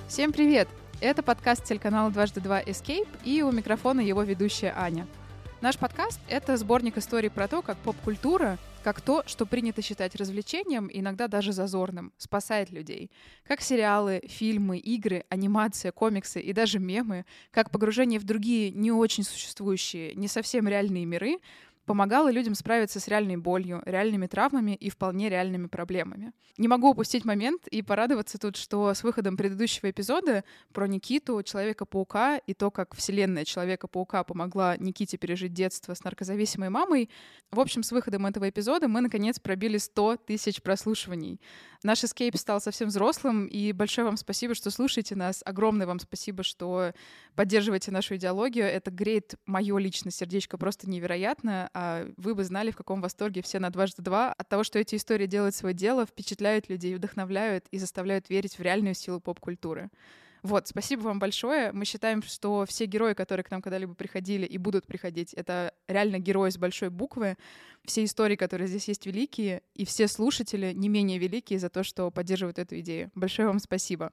Всем привет! Это подкаст телеканала «Дважды два Escape», и у микрофона его ведущая Аня. Наш подкаст — это сборник историй про то, как поп-культура, как то, что принято считать развлечением, иногда даже зазорным, спасает людей. Как сериалы, фильмы, игры, анимация, комиксы и даже мемы, как погружение в другие не очень существующие, не совсем реальные миры помогало людям справиться с реальной болью, реальными травмами и вполне реальными проблемами. Не могу упустить момент и порадоваться тут, что с выходом предыдущего эпизода про Никиту, Человека-паука и то, как вселенная Человека-паука помогла Никите пережить детство с наркозависимой мамой, в общем, с выходом этого эпизода мы, наконец, пробили 100 тысяч прослушиваний. Наш эскейп стал совсем взрослым, и большое вам спасибо, что слушаете нас. Огромное вам спасибо, что поддерживаете нашу идеологию. Это греет мое личное сердечко просто невероятно. А вы бы знали, в каком восторге все на «Дважды два» от того, что эти истории делают свое дело, впечатляют людей, вдохновляют и заставляют верить в реальную силу поп-культуры. Вот, спасибо вам большое. Мы считаем, что все герои, которые к нам когда-либо приходили и будут приходить, это реально герои с большой буквы. Все истории, которые здесь есть, великие, и все слушатели не менее великие за то, что поддерживают эту идею. Большое вам спасибо.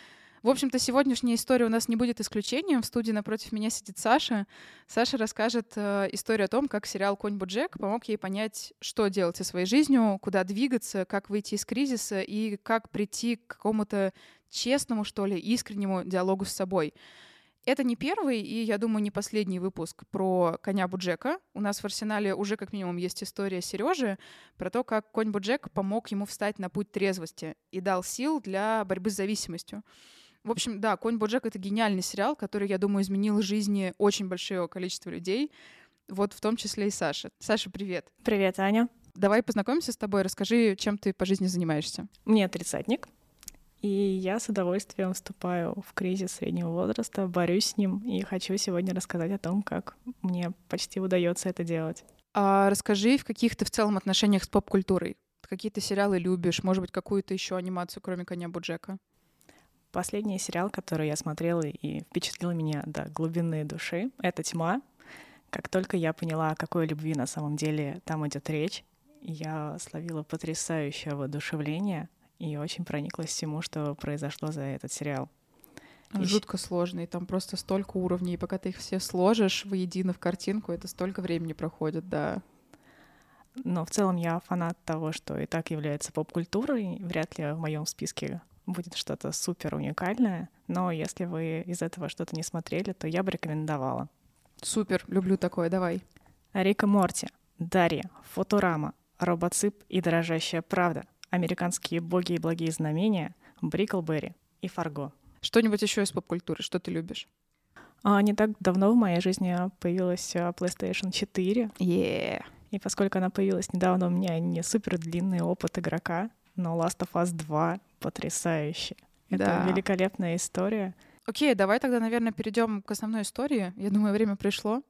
В общем-то, сегодняшняя история у нас не будет исключением. В студии напротив меня сидит Саша. Саша расскажет историю о том, как сериал «Конь Боджек» помог ей понять, что делать со своей жизнью, куда двигаться, как выйти из кризиса и как прийти к какому-то честному, что ли, искреннему диалогу с собой. Это не первый и, я думаю, не последний выпуск про коня Боджека. У нас в арсенале уже как минимум есть история Сережи про то, как конь Боджек помог ему встать на путь трезвости и дал сил для борьбы с зависимостью. В общем, да, «Конь Боджек» — это гениальный сериал, который, я думаю, изменил жизни очень большого количества людей, вот в том числе и Саши. Саша, привет. Привет, Аня. Давай познакомимся с тобой, расскажи, чем ты по жизни занимаешься. Мне 30-ник, и я с удовольствием вступаю в кризис среднего возраста, борюсь с ним, и хочу сегодня рассказать о том, как мне почти удается это делать. А расскажи, в каких ты в целом отношениях с поп-культурой? Какие ты сериалы любишь? Может быть, какую-то еще анимацию, кроме «Коня Боджека»? Последний сериал, который я смотрела и впечатлил меня до глубины души, — это «Тьма». Как только я поняла, о какой любви на самом деле там идет речь, я словила потрясающее воодушевление и очень прониклась всему, что произошло за этот сериал. Он жутко сложный, там просто столько уровней, и пока ты их все сложишь воедино в картинку, это столько времени проходит, да. Но в целом я фанат того, что и так является поп-культурой, вряд ли в моем списке будет что-то супер уникальное, но если вы из этого что-то не смотрели, то я бы рекомендовала. Супер, люблю такое, давай. Рик и Морти, Дарья, Футурама, Робоцып и Дрожащая правда, Американские боги и благие знамения, Бриклберри и Фарго. Что-нибудь еще из поп-культуры, что ты любишь? Не так давно в моей жизни появилась PlayStation 4. Yeah. И поскольку она появилась недавно, у меня не супер длинный опыт игрока, но Last of Us 2 потрясающий. Это великолепная история. Окей, давай тогда, наверное, перейдем к основной истории. Я думаю, время пришло.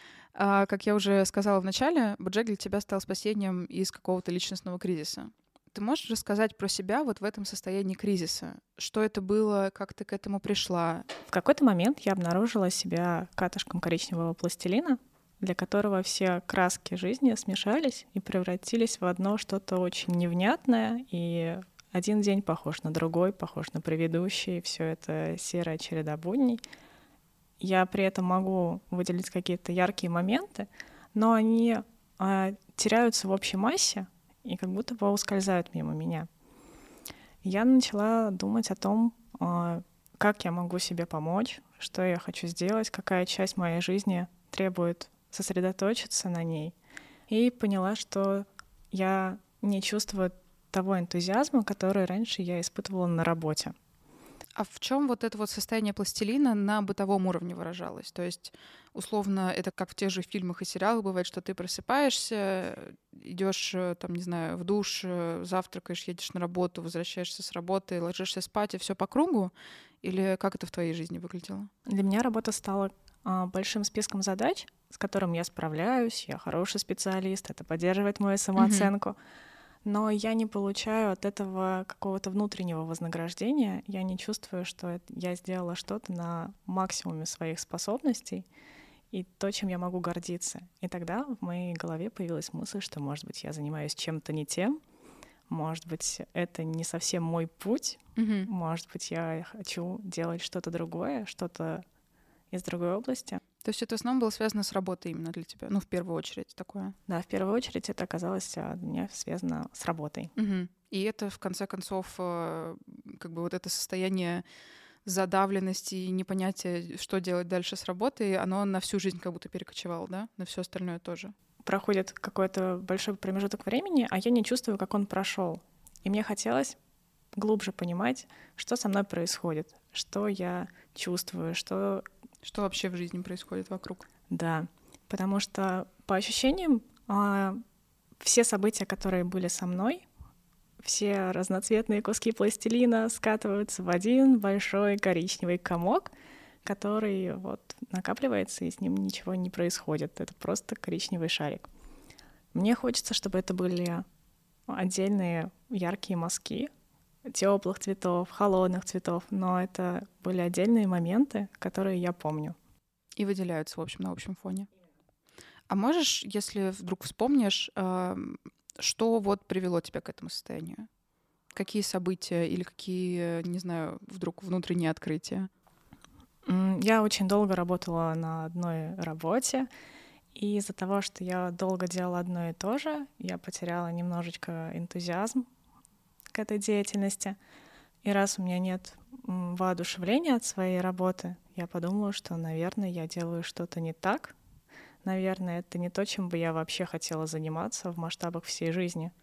Как я уже сказала в начале, Боджек для тебя стал спасением из какого-то личностного кризиса. Ты можешь рассказать про себя вот в этом состоянии кризиса? Что это было, как ты к этому пришла? В какой-то момент я обнаружила себя катышком коричневого пластилина, для которого все краски жизни смешались и превратились в одно что-то очень невнятное, и один день похож на другой, похож на предыдущий, все это серая череда будней. Я при этом могу выделить какие-то яркие моменты, но они теряются в общей массе и как будто бы ускользают мимо меня. Я начала думать о том, как я могу себе помочь, что я хочу сделать, какая часть моей жизни требует сосредоточиться на ней. И поняла, что я не чувствую того энтузиазма, который раньше я испытывала на работе. А в чем вот это вот состояние пластилина на бытовом уровне выражалось? То есть, условно, это как в тех же фильмах и сериалах бывает, что ты просыпаешься, идешь, там, не знаю, в душ, завтракаешь, едешь на работу, возвращаешься с работы, ложишься спать, и все по кругу? Или как это в твоей жизни выглядело? Для меня работа стала большим списком задач, с которым я справляюсь, я хороший специалист, это поддерживает мою самооценку. Но я не получаю от этого какого-то внутреннего вознаграждения. Я не чувствую, что я сделала что-то на максимуме своих способностей и то, чем я могу гордиться. И тогда в моей голове появилась мысль, что, может быть, я занимаюсь чем-то не тем, может быть, это не совсем мой путь, может быть, я хочу делать что-то другое, что-то из другой области. То есть это в основном было связано с работой именно для тебя? Ну, в первую очередь такое. Да, в первую очередь это оказалось для меня связано с работой. И это, в конце концов, как бы вот это состояние задавленности и непонятия, что делать дальше с работой, оно на всю жизнь как будто перекочевало, да? На все остальное тоже. Проходит какой-то большой промежуток времени, а я не чувствую, как он прошел. И мне хотелось глубже понимать, что со мной происходит, что я чувствую, что вообще в жизни происходит вокруг. Да, потому что по ощущениям все события, которые были со мной, все разноцветные куски пластилина скатываются в один большой коричневый комок, который вот накапливается, и с ним ничего не происходит. Это просто коричневый шарик. Мне хочется, чтобы это были отдельные яркие мазки теплых цветов, холодных цветов, но это были отдельные моменты, которые я помню. И выделяются, в общем, на общем фоне. А можешь, если вдруг вспомнишь, что вот привело тебя к этому состоянию? Какие события или какие, не знаю, вдруг внутренние открытия? Я очень долго работала на одной работе, и из-за того, что я долго делала одно и то же, я потеряла немножечко энтузиазм к этой деятельности. И раз у меня нет воодушевления от своей работы, я подумала, что, наверное, я делаю что-то не так. Наверное, это не то, чем бы я вообще хотела заниматься в масштабах всей жизни.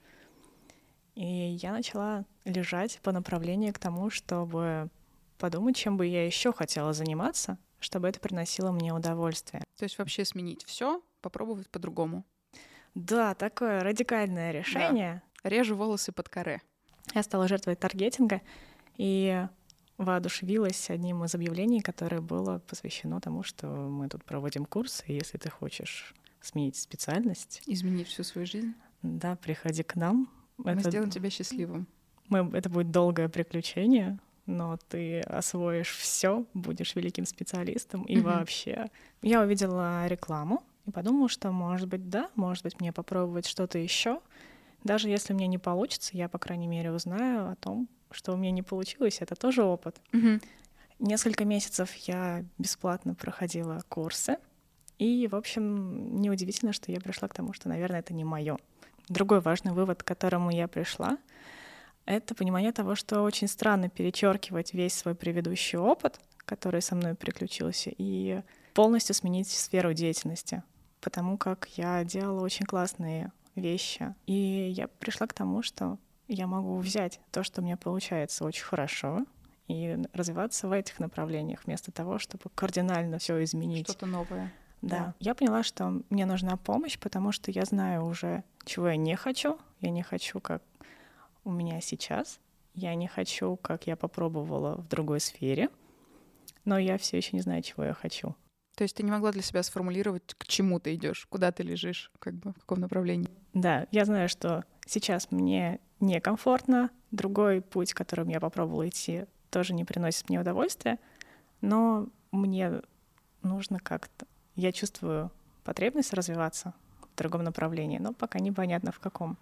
И я начала лежать по направлению к тому, чтобы подумать, чем бы я еще хотела заниматься, чтобы это приносило мне удовольствие. То есть вообще сменить все, попробовать по-другому. Да, такое радикальное решение. Да. Режу волосы под каре. Я стала жертвой таргетинга и воодушевилась одним из объявлений, которое было посвящено тому, что мы тут проводим курсы, и если ты хочешь сменить специальность... Изменить всю свою жизнь. Да, приходи к нам. Мы сделаем тебя счастливым. Это будет долгое приключение, но ты освоишь все, будешь великим специалистом. И вообще... Я увидела рекламу и подумала, что, может быть, мне попробовать что-то еще. Даже если мне не получится, я, по крайней мере, узнаю о том, что у меня не получилось. Это тоже опыт. Несколько месяцев я бесплатно проходила курсы. И, в общем, неудивительно, что я пришла к тому, что, наверное, это не мое. Другой важный вывод, к которому я пришла, это понимание того, что очень странно перечеркивать весь свой предыдущий опыт, который со мной приключился, и полностью сменить сферу деятельности, потому как я делала очень классные вещи. И я пришла к тому, что я могу взять то, что у меня получается очень хорошо, и развиваться в этих направлениях, вместо того, чтобы кардинально все изменить. Что-то новое. Да. Я поняла, что мне нужна помощь, потому что я знаю уже, чего я не хочу. Я не хочу, как у меня сейчас. Я не хочу, как я попробовала в другой сфере. Но я все еще не знаю, чего я хочу. То есть ты не могла для себя сформулировать, к чему ты идешь, куда ты лежишь, как бы в каком направлении? Да, я знаю, что сейчас мне некомфортно. Другой путь, которым я попробовала идти, тоже не приносит мне удовольствия. Но мне нужно как-то... Я чувствую потребность развиваться в другом направлении, но пока непонятно в каком.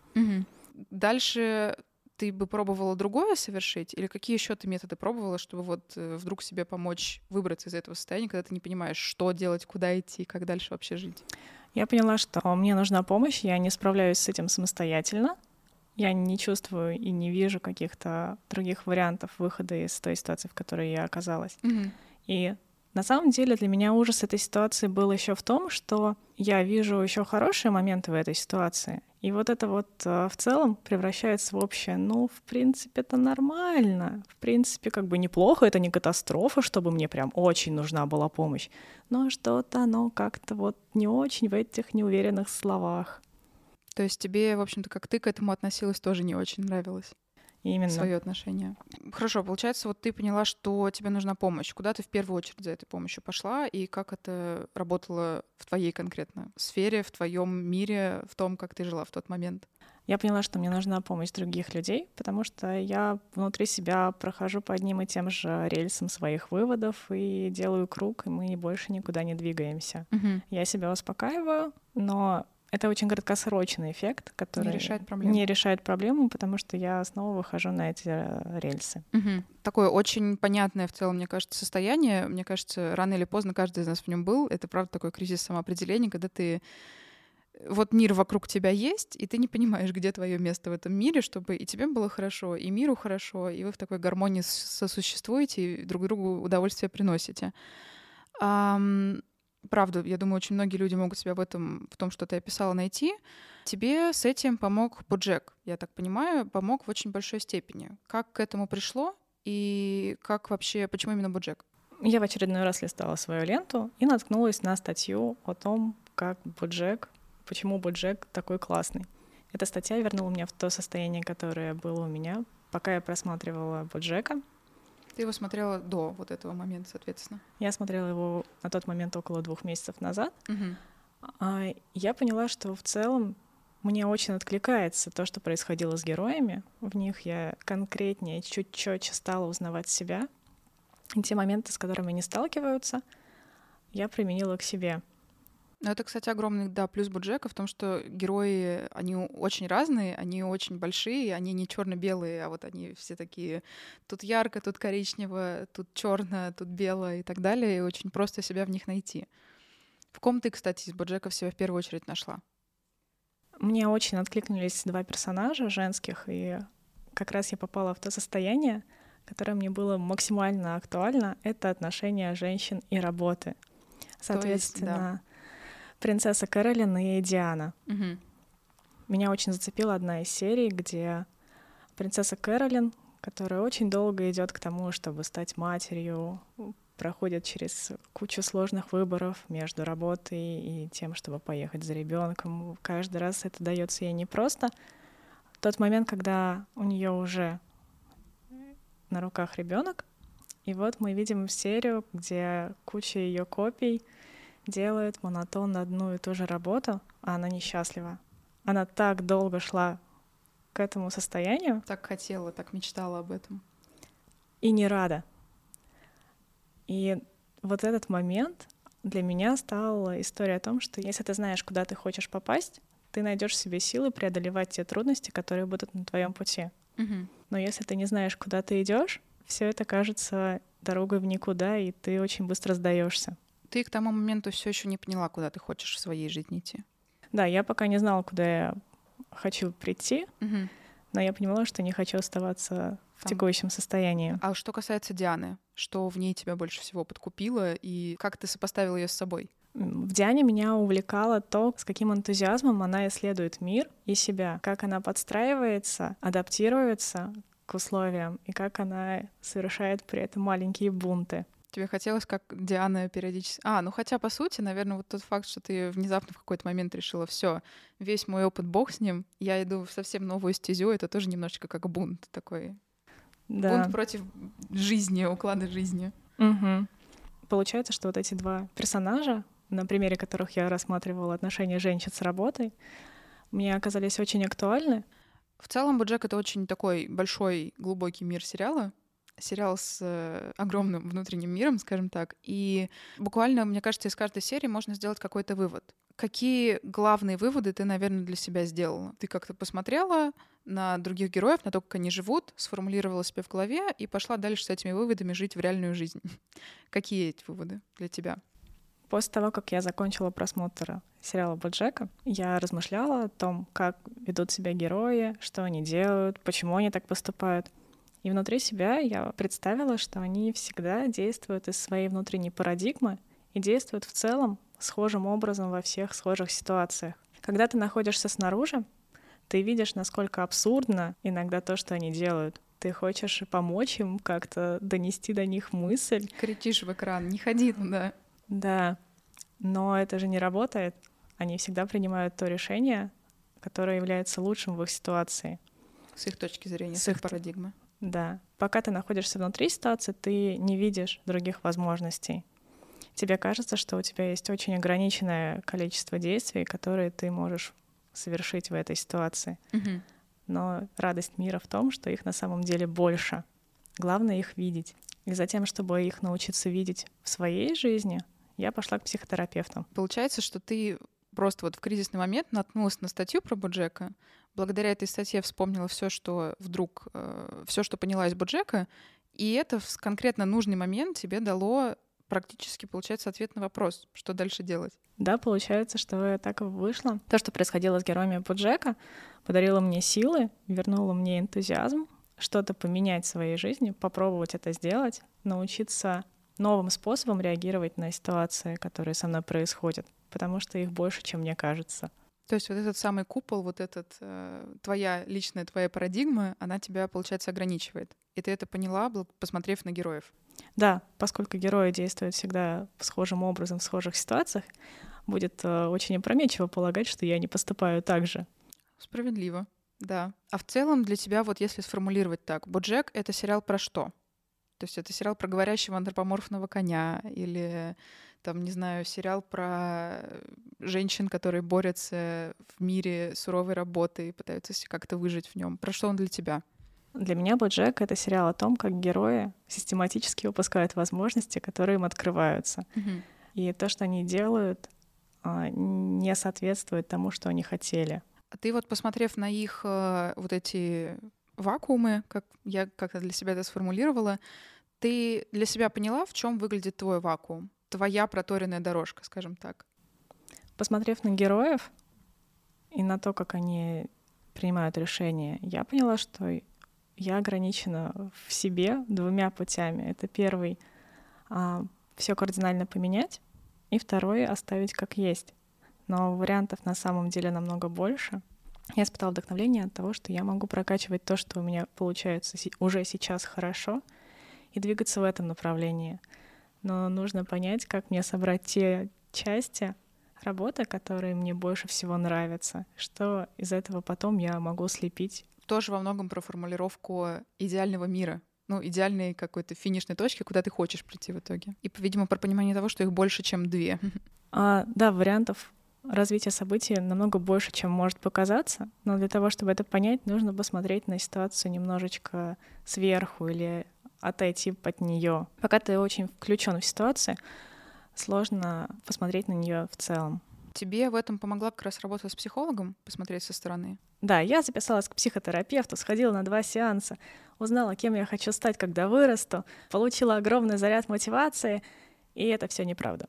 Дальше ты бы пробовала другое совершить? Или какие еще ты методы пробовала, чтобы вот вдруг себе помочь выбраться из этого состояния, когда ты не понимаешь, что делать, куда идти, как дальше вообще жить? Я поняла, что мне нужна помощь, я не справляюсь с этим самостоятельно. Я не чувствую и не вижу каких-то других вариантов выхода из той ситуации, в которой я оказалась. И на самом деле для меня ужас этой ситуации был еще в том, что я вижу еще хорошие моменты в этой ситуации. И вот это вот в целом превращается в общее, в принципе, это нормально. В принципе, как бы неплохо, это не катастрофа, чтобы мне прям очень нужна была помощь. Но что-то оно как-то вот не очень в этих неуверенных словах. То есть тебе, в общем-то, как ты к этому относилась, тоже не очень нравилось? Именно. Свое отношение. Хорошо, получается, вот ты поняла, что тебе нужна помощь. Куда ты в первую очередь за этой помощью пошла, и как это работало в твоей конкретно сфере, в твоем мире, в том, как ты жила в тот момент? Я поняла, что мне нужна помощь других людей, потому что я внутри себя прохожу по одним и тем же рельсам своих выводов и делаю круг, и мы больше никуда не двигаемся. Я себя успокаиваю, но Это очень краткосрочный эффект, который не решает проблему, потому что я снова выхожу на эти рельсы. Угу. Такое очень понятное в целом, мне кажется, состояние. Мне кажется, рано или поздно каждый из нас в нем был. Это правда такой кризис самоопределения, когда ты вот мир вокруг тебя есть, и ты не понимаешь, где твое место в этом мире, чтобы и тебе было хорошо, и миру хорошо, и вы в такой гармонии сосуществуете, и друг другу удовольствие приносите. Правда, я думаю, очень многие люди могут себя в том, что ты описала, найти. Тебе с этим помог Боджек, я так понимаю, помог в очень большой степени. Как к этому пришло и как вообще, почему именно Боджек? Я в очередной раз листала свою ленту и наткнулась на статью о том, как Боджек, почему Боджек такой классный. Эта статья вернула меня в то состояние, которое было у меня, пока я просматривала Боджека. Ты его смотрела до вот этого момента, соответственно? Я смотрела его на тот момент около 2 месяцев назад. Угу. Я поняла, что в целом мне очень откликается то, что происходило с героями. В них я конкретнее, чуть четче стала узнавать себя. И те моменты, с которыми они сталкиваются, я применила к себе. Ну, это, кстати, огромный, да, плюс Боджека в том, что герои, они очень разные, они очень большие, они не черно-белые, а вот они все такие тут ярко, тут коричнево, тут черно, тут бело и так далее, и очень просто себя в них найти. В ком ты, кстати, из Боджеков себя в первую очередь нашла? Мне очень откликнулись 2 персонажа женских, и как раз я попала в то состояние, которое мне было максимально актуально. Это отношения женщин и работы. Соответственно, принцесса Кэролин и Диана. Угу. Меня очень зацепила одна из серий, где принцесса Кэролин, которая очень долго идет к тому, чтобы стать матерью, проходит через кучу сложных выборов между работой и тем, чтобы поехать за ребенком. Каждый раз это дается ей непросто. В тот момент, когда у нее уже на руках ребенок, и вот мы видим серию, где куча ее копий делает монотонно одну и ту же работу, а она несчастлива. Она так долго шла к этому состоянию. Так хотела, так мечтала об этом. И не рада. И вот этот момент для меня стала история о том, что если ты знаешь, куда ты хочешь попасть, ты найдешь в себе силы преодолевать те трудности, которые будут на твоем пути. Угу. Но если ты не знаешь, куда ты идешь, все это кажется дорогой в никуда, и ты очень быстро сдаешься. Ты к тому моменту все еще не поняла, куда ты хочешь в своей жизни идти. Да, я пока не знала, куда я хочу прийти, но я понимала, что не хочу оставаться в текущем состоянии. А что касается Дианы, что в ней тебя больше всего подкупило, и как ты сопоставила ее с собой? В Диане меня увлекало то, с каким энтузиазмом она исследует мир и себя, как она подстраивается, адаптируется к условиям, и как она совершает при этом маленькие бунты. Тебе хотелось, как Диана периодически... ну хотя, по сути, наверное, вот тот факт, что ты внезапно в какой-то момент решила, все, весь мой опыт бог с ним, я иду в совсем новую стезю, это тоже немножечко как бунт такой. Да. Бунт против жизни, уклада жизни. Угу. Получается, что вот эти 2 персонажа, на примере которых я рассматривала отношения женщин с работой, мне оказались очень актуальны. В целом, Боджек — это очень такой большой, глубокий мир сериала. Сериал с огромным внутренним миром, скажем так. И буквально, мне кажется, из каждой серии можно сделать какой-то вывод. Какие главные выводы ты, наверное, для себя сделала? Ты как-то посмотрела на других героев, на то, как они живут, сформулировала себе в голове и пошла дальше с этими выводами жить в реальную жизнь. Какие эти выводы для тебя? После того, как я закончила просмотр сериала Боджека, я размышляла о том, как ведут себя герои, что они делают, почему они так поступают. И внутри себя я представила, что они всегда действуют из своей внутренней парадигмы и действуют в целом схожим образом во всех схожих ситуациях. Когда ты находишься снаружи, ты видишь, насколько абсурдно иногда то, что они делают. Ты хочешь помочь им как-то донести до них мысль. Кричишь в экран, не ходи туда. Да, но это же не работает. Они всегда принимают то решение, которое является лучшим в их ситуации. С их точки зрения, с их парадигмы. Да. Пока ты находишься внутри ситуации, ты не видишь других возможностей. Тебе кажется, что у тебя есть очень ограниченное количество действий, которые ты можешь совершить в этой ситуации. Угу. Но радость мира в том, что их на самом деле больше. Главное их видеть. И затем, чтобы их научиться видеть в своей жизни, я пошла к психотерапевту. Получается, что ты просто вот в кризисный момент наткнулась на статью про Боджека. Благодаря этой статье вспомнила все, что вдруг, все, что поняла из Боджека, и это в конкретно нужный момент тебе дало практически, получается, ответ на вопрос, что дальше делать. Да, получается, что так и вышло. То, что происходило с героями Боджека, подарило мне силы, вернуло мне энтузиазм, что-то поменять в своей жизни, попробовать это сделать, научиться новым способом реагировать на ситуации, которые со мной происходят, потому что их больше, чем мне кажется. То есть вот этот самый купол, вот этот твоя личная, твоя парадигма, она тебя, получается, ограничивает. И ты это поняла, посмотрев на героев. Да, поскольку герои действуют всегда схожим образом в схожих ситуациях, будет очень опрометчиво полагать, что я не поступаю так же. Справедливо, да. А в целом для тебя, вот если сформулировать так, «Боджек» — это сериал про что? То есть это сериал про говорящего антропоморфного коня или, там, не знаю, сериал про женщин, которые борются в мире суровой работы и пытаются как-то выжить в нем. Про что он для тебя? Для меня «Боджек» — это сериал о том, как герои систематически упускают возможности, которые им открываются. И то, что они делают, не соответствует тому, что они хотели. А ты вот, посмотрев на их вот эти вакуумы, как я как-то для себя это сформулировала, ты для себя поняла, в чем выглядит твой вакуум? Твоя проторенная дорожка, скажем так. Посмотрев на героев и на то, как они принимают решения, я поняла, что я ограничена в себе двумя путями. Это первый — все кардинально поменять, и второй — оставить как есть. Но вариантов на самом деле намного больше. Я испытала вдохновение от того, что я могу прокачивать то, что у меня получается уже сейчас хорошо, и двигаться в этом направлении. Но нужно понять, как мне собрать те части работы, которые мне больше всего нравятся, что из этого потом я могу слепить. Тоже во многом про формулировку идеального мира. Ну, идеальной какой-то финишной точки, куда ты хочешь прийти в итоге. И, видимо, про понимание того, что их больше, чем две. Да, вариантов развития событий намного больше, чем может показаться, но для того, чтобы это понять, нужно посмотреть на ситуацию немножечко сверху или отойти от нее. Пока ты очень включен в ситуацию, сложно посмотреть на нее в целом. Тебе в этом помогла как раз работа с психологом, посмотреть со стороны? Да, я записалась к психотерапевту, сходила на 2 сеанса, узнала, кем я хочу стать, когда вырасту, получила огромный заряд мотивации, и это все неправда.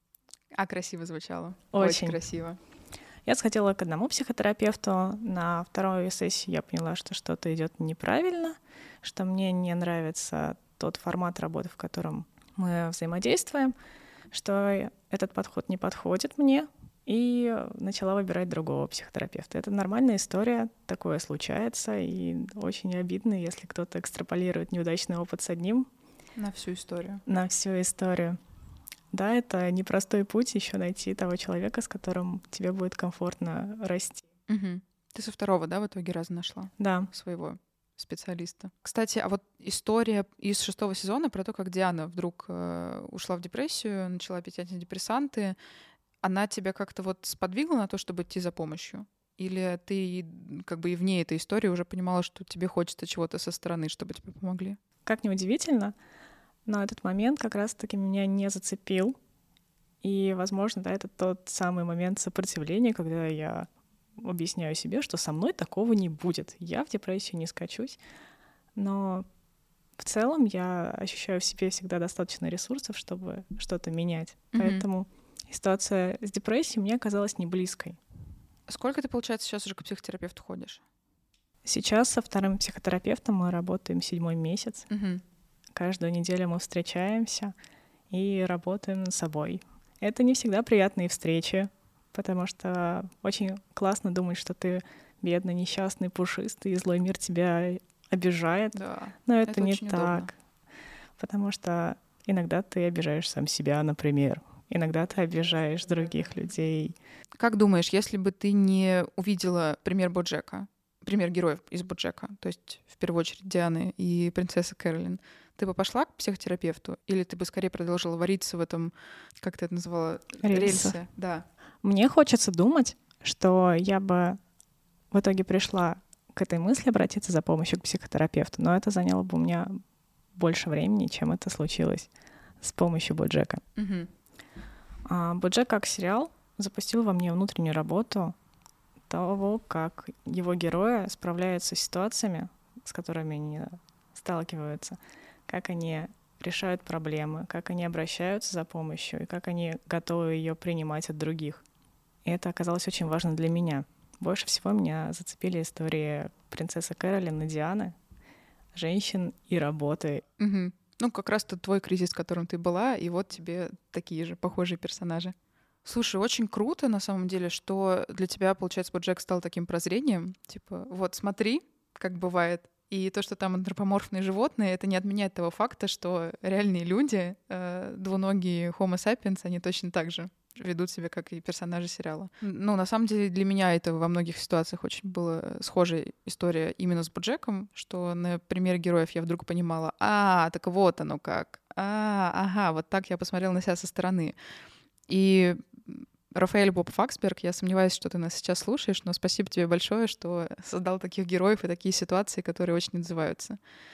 А красиво звучало. Очень красиво. Я сходила к одному психотерапевту, на второй сессии я поняла, что что-то идет неправильно, что мне не нравится тот формат работы, в котором мы взаимодействуем, что этот подход не подходит мне, и начала выбирать другого психотерапевта. Это нормальная история, такое случается, и очень обидно, если кто-то экстраполирует неудачный опыт с одним. На всю историю. На всю историю. Да, это непростой путь еще найти того человека, с которым тебе будет комфортно расти. Угу. Ты со второго, да, в итоге раза нашла? Да. Своего специалиста. Кстати, а вот история из 6 сезона про то, как Диана вдруг ушла в депрессию, начала пить антидепрессанты, она тебя как-то вот сподвигла на то, чтобы идти за помощью? Или ты как бы и вне этой истории уже понимала, что тебе хочется чего-то со стороны, чтобы тебе помогли? Как ни удивительно, но этот момент как раз-таки меня не зацепил. И, возможно, да, это тот самый момент сопротивления, когда я объясняю себе, что со мной такого не будет. Я в депрессию не скачусь. Но в целом я ощущаю в себе всегда достаточно ресурсов, чтобы что-то менять. Поэтому ситуация с депрессией мне оказалась не близкой. Сколько ты, получается, сейчас уже к психотерапевту ходишь? Сейчас со вторым психотерапевтом мы работаем 7-й месяц. Каждую неделю мы встречаемся и работаем над собой. Это не всегда приятные встречи, потому что очень классно думать, что ты бедный, несчастный, пушистый, и злой мир тебя обижает. Да, но это не очень так. удобно. Потому что иногда ты обижаешь сам себя, например. Иногда ты обижаешь других людей. Как думаешь, если бы ты не увидела пример Боджека, пример героев из Боджека, то есть в первую очередь Дианы и принцессы Кэролин, ты бы пошла к психотерапевту, или ты бы скорее продолжила вариться в этом, как ты это называла, рельсе? Да. Мне хочется думать, что я бы в итоге пришла к этой мысли обратиться за помощью к психотерапевту, но это заняло бы у меня больше времени, чем это случилось с помощью Боджека. Боджек как сериал запустил во мне внутреннюю работу того, как его герои справляются с ситуациями, с которыми они сталкиваются, как они решают проблемы, как они обращаются за помощью и как они готовы ее принимать от других. И это оказалось очень важно для меня. Больше всего меня зацепили истории принцессы Кэролин и Дианы, женщин и работы. Угу. Ну, как раз тот твой кризис, в котором ты была, и вот тебе такие же похожие персонажи. Слушай, очень круто, на самом деле, что для тебя, получается, BoJack стал таким прозрением. Типа, вот смотри, как бывает. И то, что там антропоморфные животные, это не отменяет того факта, что реальные люди, двуногие Homo sapiens, они точно так же ведут себя, как и персонажи сериала. Ну, на самом деле, для меня это во многих ситуациях очень была схожая история именно с BoJack'ом, что на примере героев я вдруг понимала, так вот оно как. Ага, вот так я посмотрела на себя со стороны. И Рафаэль Боб Факсберг, я сомневаюсь, что ты нас сейчас слушаешь, но спасибо тебе большое, что создал таких героев и такие ситуации, которые очень отзываются.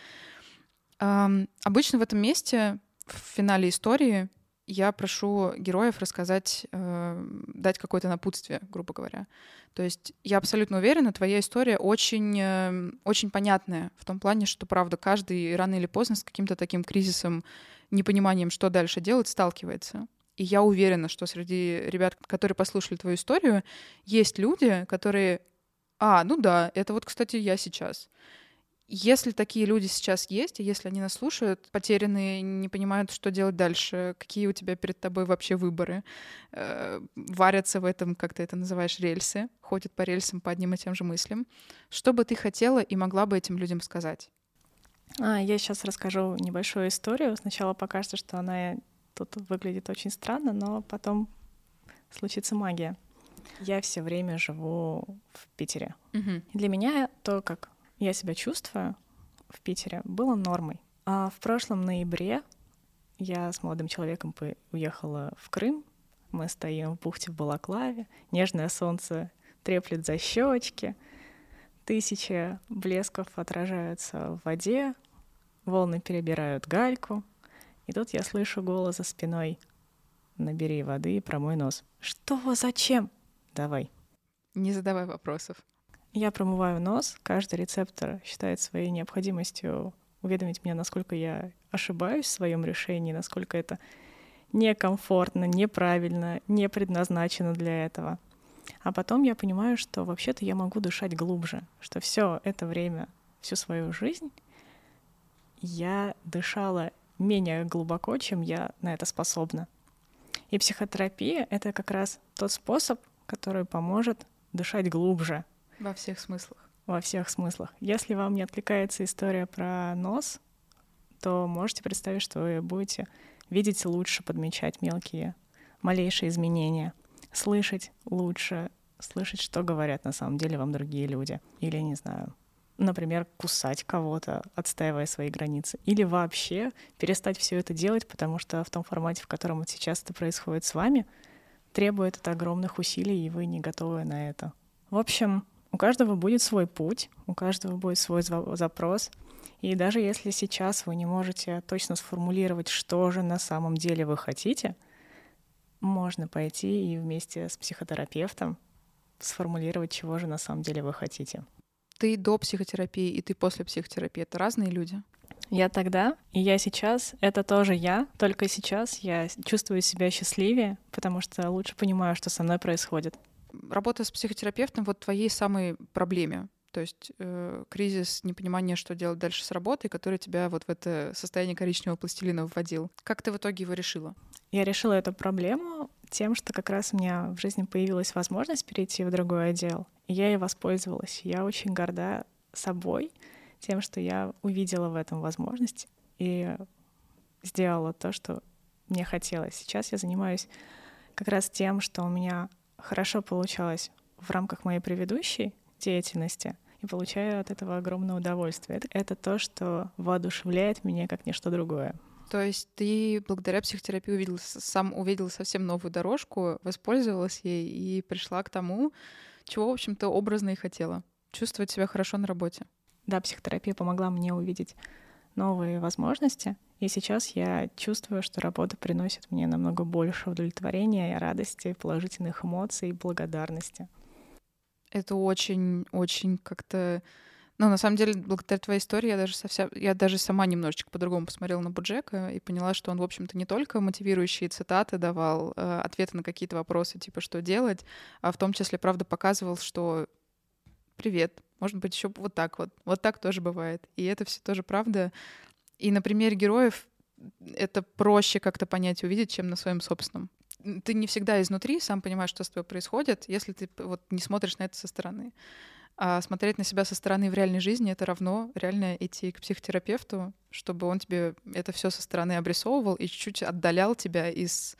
Обычно в этом месте, в финале истории, я прошу героев рассказать, дать какое-то напутствие, грубо говоря. То есть я абсолютно уверена, твоя история очень, очень понятная в том плане, что, правда, каждый рано или поздно с каким-то таким кризисом, непониманием, что дальше делать, сталкивается. И я уверена, что среди ребят, которые послушали твою историю, есть люди, которые... ну да, это вот, кстати, я сейчас. Если такие люди сейчас есть, и если они нас слушают, потерянные, не понимают, что делать дальше, какие у тебя перед тобой вообще выборы, варятся в этом, как ты это называешь, рельсы, ходят по рельсам по одним и тем же мыслям, что бы ты хотела и могла бы этим людям сказать? Я сейчас расскажу небольшую историю. Сначала покажется, что она тут выглядит очень странно, но потом случится магия. Я все время живу в Питере. Угу. Для меня то, как я себя чувствую в Питере, было нормой. А в прошлом ноябре я с молодым человеком уехала в Крым. Мы стоим в бухте в Балаклаве. Нежное солнце треплет за щечки. Тысячи блесков отражаются в воде. Волны перебирают гальку. И тут я слышу голос за спиной: «Набери воды и промой нос». «Что? Зачем?» «Давай». Не задавай вопросов. Я промываю нос. Каждый рецептор считает своей необходимостью уведомить меня, насколько я ошибаюсь в своем решении, насколько это некомфортно, неправильно, не предназначено для этого. А потом я понимаю, что вообще-то я могу дышать глубже, что все это время, всю свою жизнь я дышала менее глубоко, чем я на это способна. И психотерапия — это как раз тот способ, который поможет дышать глубже. Во всех смыслах. Во всех смыслах. Если вам не отвлекается история про нос, то можете представить, что вы будете видеть лучше, подмечать мелкие, малейшие изменения, слышать лучше, слышать, что говорят на самом деле вам другие люди. Или, не знаю, например, кусать кого-то, отстаивая свои границы. Или вообще перестать все это делать, потому что в том формате, в котором сейчас это происходит с вами, требует это огромных усилий, и вы не готовы на это. В общем, у каждого будет свой путь, у каждого будет свой запрос. И даже если сейчас вы не можете точно сформулировать, что же на самом деле вы хотите, можно пойти и вместе с психотерапевтом сформулировать, чего же на самом деле вы хотите. Ты до психотерапии и ты после психотерапии — это разные люди? Я тогда и я сейчас — это тоже я, только сейчас я чувствую себя счастливее, потому что лучше понимаю, что со мной происходит. Работа с психотерапевтом вот твоей самой проблеме, то есть кризис непонимания, что делать дальше с работой, который тебя вот в это состояние коричневого пластилина вводил. Как ты в итоге его решила? Я решила эту проблему тем, что как раз у меня в жизни появилась возможность перейти в другой отдел, и я ей воспользовалась. Я очень горда собой, тем, что я увидела в этом возможность и сделала то, что мне хотелось. Сейчас я занимаюсь как раз тем, что у меня хорошо получалось в рамках моей предыдущей деятельности, и получаю от этого огромное удовольствие. Это то, что воодушевляет меня, как ничто другое. То есть ты благодаря психотерапии увидела совсем новую дорожку, воспользовалась ей и пришла к тому, чего, в общем-то, образно и хотела. Чувствовать себя хорошо на работе. Да, психотерапия помогла мне увидеть новые возможности. И сейчас я чувствую, что работа приносит мне намного больше удовлетворения, радости, положительных эмоций и благодарности. Это очень как-то... Ну, на самом деле, благодаря твоей истории я даже сама немножечко по-другому посмотрела на Боджека и поняла, что он, в общем-то, не только мотивирующие цитаты давал, ответы на какие-то вопросы, типа, что делать, а в том числе, правда, показывал, что привет, может быть, еще вот так вот. Вот так тоже бывает. И это все тоже правда. И на примере героев это проще как-то понять и увидеть, чем на своем собственном. Ты не всегда изнутри сам понимаешь, что с тобой происходит, если ты вот не смотришь на это со стороны. А смотреть на себя со стороны в реальной жизни — это равно реально идти к психотерапевту, чтобы он тебе это все со стороны обрисовывал и чуть-чуть отдалял тебя из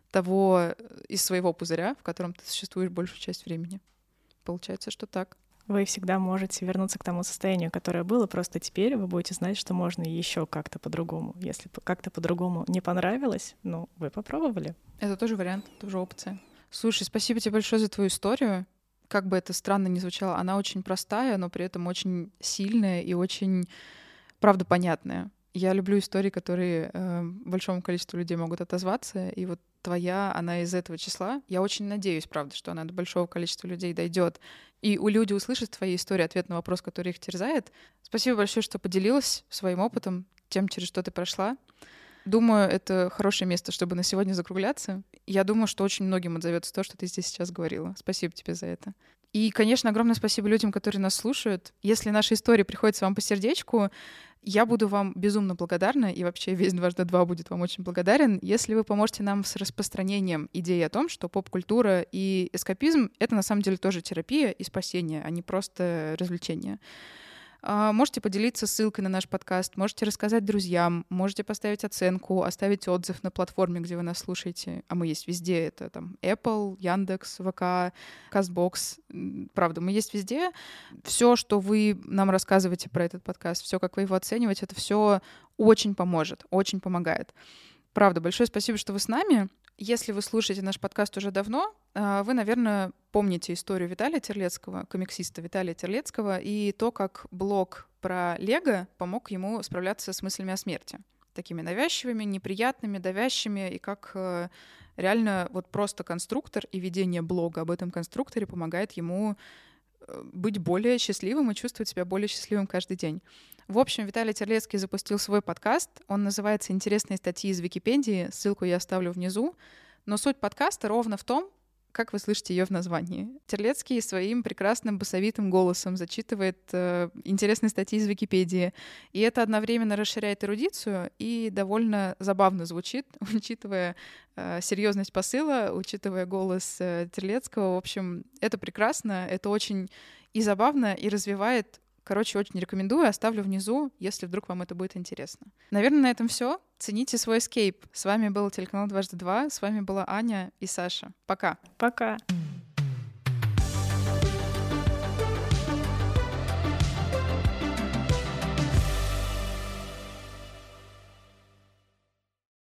своего пузыря, в котором ты существуешь большую часть времени. Получается, что так. Вы всегда можете вернуться к тому состоянию, которое было, просто теперь вы будете знать, что можно еще как-то по-другому. Если как-то по-другому не понравилось, вы попробовали. Это тоже вариант, тоже опция. Слушай, спасибо тебе большое за твою историю. Как бы это странно ни звучало, она очень простая, но при этом очень сильная и очень, правда, понятная. Я люблю истории, которые большому количеству людей могут отозваться, и вот твоя, она из этого числа. Я очень надеюсь, правда, что она до большого количества людей дойдет, и люди услышат в твоей истории ответ на вопрос, который их терзает. Спасибо большое, что поделилась своим опытом, тем, через что ты прошла. Думаю, это хорошее место, чтобы на сегодня закругляться. Я думаю, что очень многим отзовется то, что ты здесь сейчас говорила. Спасибо тебе за это. И, конечно, огромное спасибо людям, которые нас слушают. Если наша история приходится вам по сердечку, я буду вам безумно благодарна, и вообще весь 2x2 будет вам очень благодарен, если вы поможете нам с распространением идеи о том, что поп-культура и эскапизм — это на самом деле тоже терапия и спасение, а не просто развлечение. Можете поделиться ссылкой на наш подкаст, можете рассказать друзьям, можете поставить оценку, оставить отзыв на платформе, где вы нас слушаете. А мы есть везде. Это там Apple, Яндекс, ВК, Castbox. Правда, мы есть везде. Все, что вы нам рассказываете про этот подкаст, все, как вы его оцениваете, это все очень поможет, очень помогает. Правда, большое спасибо, что вы с нами. Если вы слушаете наш подкаст уже давно, вы, наверное, помните историю Виталия Терлецкого, комиксиста Виталия Терлецкого, и то, как блог про Лего помог ему справляться с мыслями о смерти. Такими навязчивыми, неприятными, давящими, и как реально вот просто конструктор и ведение блога об этом конструкторе помогает ему быть более счастливым и чувствовать себя более счастливым каждый день. В общем, Виталий Терлецкий запустил свой подкаст. Он называется «Интересные статьи из Википедии». Ссылку я оставлю внизу. Но суть подкаста ровно в том, как вы слышите ее в названии. Терлецкий своим прекрасным басовитым голосом зачитывает интересные статьи из Википедии. И это одновременно расширяет эрудицию и довольно забавно звучит, учитывая серьезность посыла, учитывая голос Терлецкого. В общем, это прекрасно, это очень и забавно, и развивает. Короче, очень рекомендую, оставлю внизу, если вдруг вам это будет интересно. Наверное, на этом все. Цените свой эскейп. С вами был телеканал 2x2, с вами была Аня и Саша. Пока. Пока.